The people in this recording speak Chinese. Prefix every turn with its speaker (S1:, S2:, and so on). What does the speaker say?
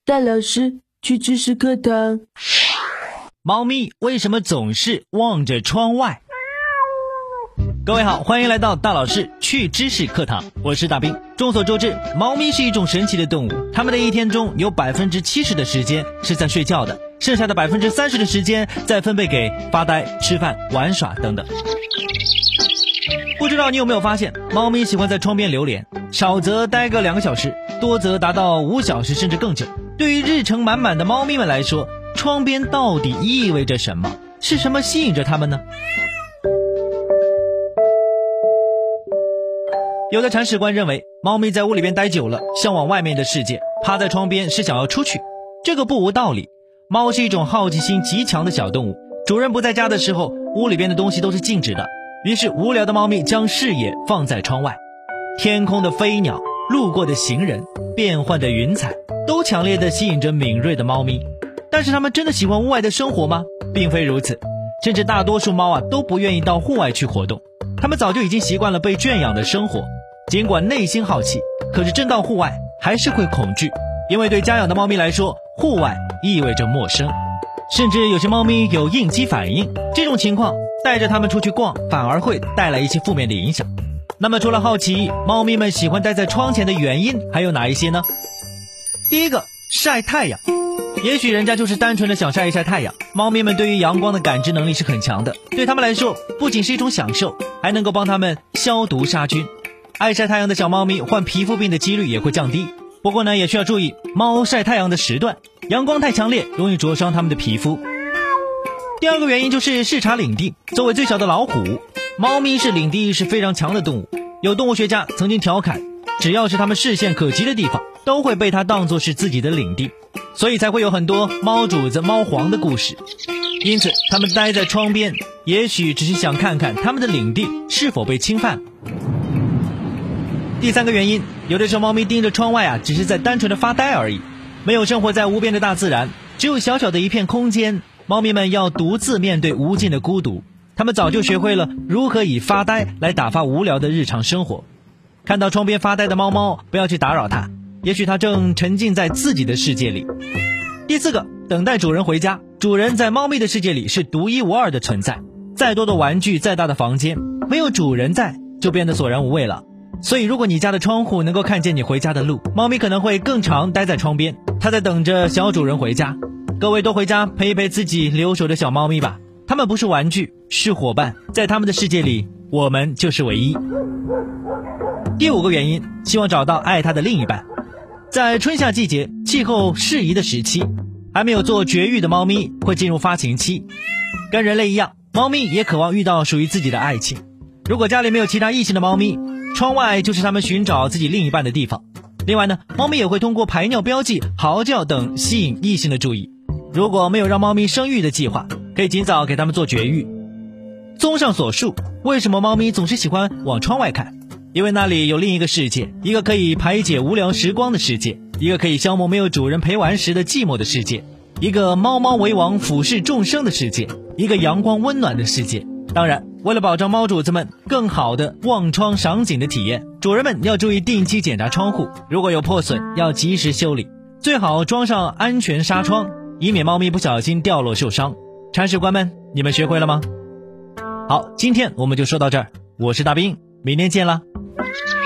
S1: 大老师，去知识课堂。
S2: 猫咪为什么总是望着窗外？各位好，欢迎来到大老师去知识课堂，我是大兵。众所周知，猫咪是一种神奇的动物，它们的一天中有 70% 的时间是在睡觉的，剩下的 30% 的时间再分配给发呆、吃饭、玩耍等等。不知道你有没有发现，猫咪喜欢在窗边流连，少则待个2个小时，多则达到5小时甚至更久。对于日程满满的猫咪们来说，窗边到底意味着什么？是什么吸引着它们呢？有的铲屎官认为，猫咪在屋里边待久了，向往外面的世界，趴在窗边是想要出去。这个不无道理。猫是一种好奇心极强的小动物，主人不在家的时候，屋里边的东西都是静止的，于是无聊的猫咪将视野放在窗外。天空的飞鸟，路过的行人，变幻的云彩，都强烈地吸引着敏锐的猫咪。但是它们真的喜欢屋外的生活吗？并非如此，甚至大多数猫都不愿意到户外去活动。它们早就已经习惯了被圈养的生活，尽管内心好奇，可是真到户外还是会恐惧，因为对家养的猫咪来说，户外意味着陌生，甚至有些猫咪有应激反应。这种情况带着它们出去逛，反而会带来一些负面的影响。那么除了好奇，猫咪们喜欢待在窗前的原因还有哪一些呢？第一个，晒太阳。也许人家就是单纯的想晒一晒太阳。猫咪们对于阳光的感知能力是很强的，对它们来说不仅是一种享受，还能够帮它们消毒杀菌。爱晒太阳的小猫咪患皮肤病的几率也会降低。不过呢，也需要注意猫晒太阳的时段，阳光太强烈容易灼伤它们的皮肤。第二个原因就是视察领地。作为最小的老虎，猫咪是领地意识非常强的动物。有动物学家曾经调侃，只要是它们视线可及的地方，都会被它当作是自己的领地，所以才会有很多猫主子猫皇的故事。因此它们待在窗边，也许只是想看看它们的领地是否被侵犯。第三个原因，有的时候猫咪盯着窗外只是在单纯的发呆而已，没有生活在无边的大自然，只有小小的一片空间，猫咪们要独自面对无尽的孤独。它们早就学会了如何以发呆来打发无聊的日常生活。看到窗边发呆的猫猫，不要去打扰它，也许它正沉浸在自己的世界里。第四个，等待主人回家。主人在猫咪的世界里是独一无二的存在，再多的玩具，再大的房间，没有主人在就变得索然无味了。所以如果你家的窗户能够看见你回家的路，猫咪可能会更常待在窗边，它在等着小主人回家。各位多回家陪一陪自己留守的小猫咪吧，它们不是玩具，是伙伴，在它们的世界里，我们就是唯一。第五个原因，希望找到爱它的另一半。在春夏季节，气候适宜的时期，还没有做绝育的猫咪会进入发情期。跟人类一样，猫咪也渴望遇到属于自己的爱情。如果家里没有其他异性的猫咪，窗外就是它们寻找自己另一半的地方。另外呢，猫咪也会通过排尿标记、嚎叫等吸引异性的注意。如果没有让猫咪生育的计划，可以尽早给它们做绝育。综上所述，为什么猫咪总是喜欢往窗外看？因为那里有另一个世界，一个可以排解无聊时光的世界，一个可以消磨没有主人陪玩时的寂寞的世界，一个猫猫为王俯视众生的世界，一个阳光温暖的世界。当然，为了保障猫主子们更好的望窗赏景的体验，主人们要注意定期检查窗户，如果有破损要及时修理，最好装上安全纱窗，以免猫咪不小心掉落受伤。铲屎官们，你们学会了吗？好，今天我们就说到这儿，我是大兵，明天见啦。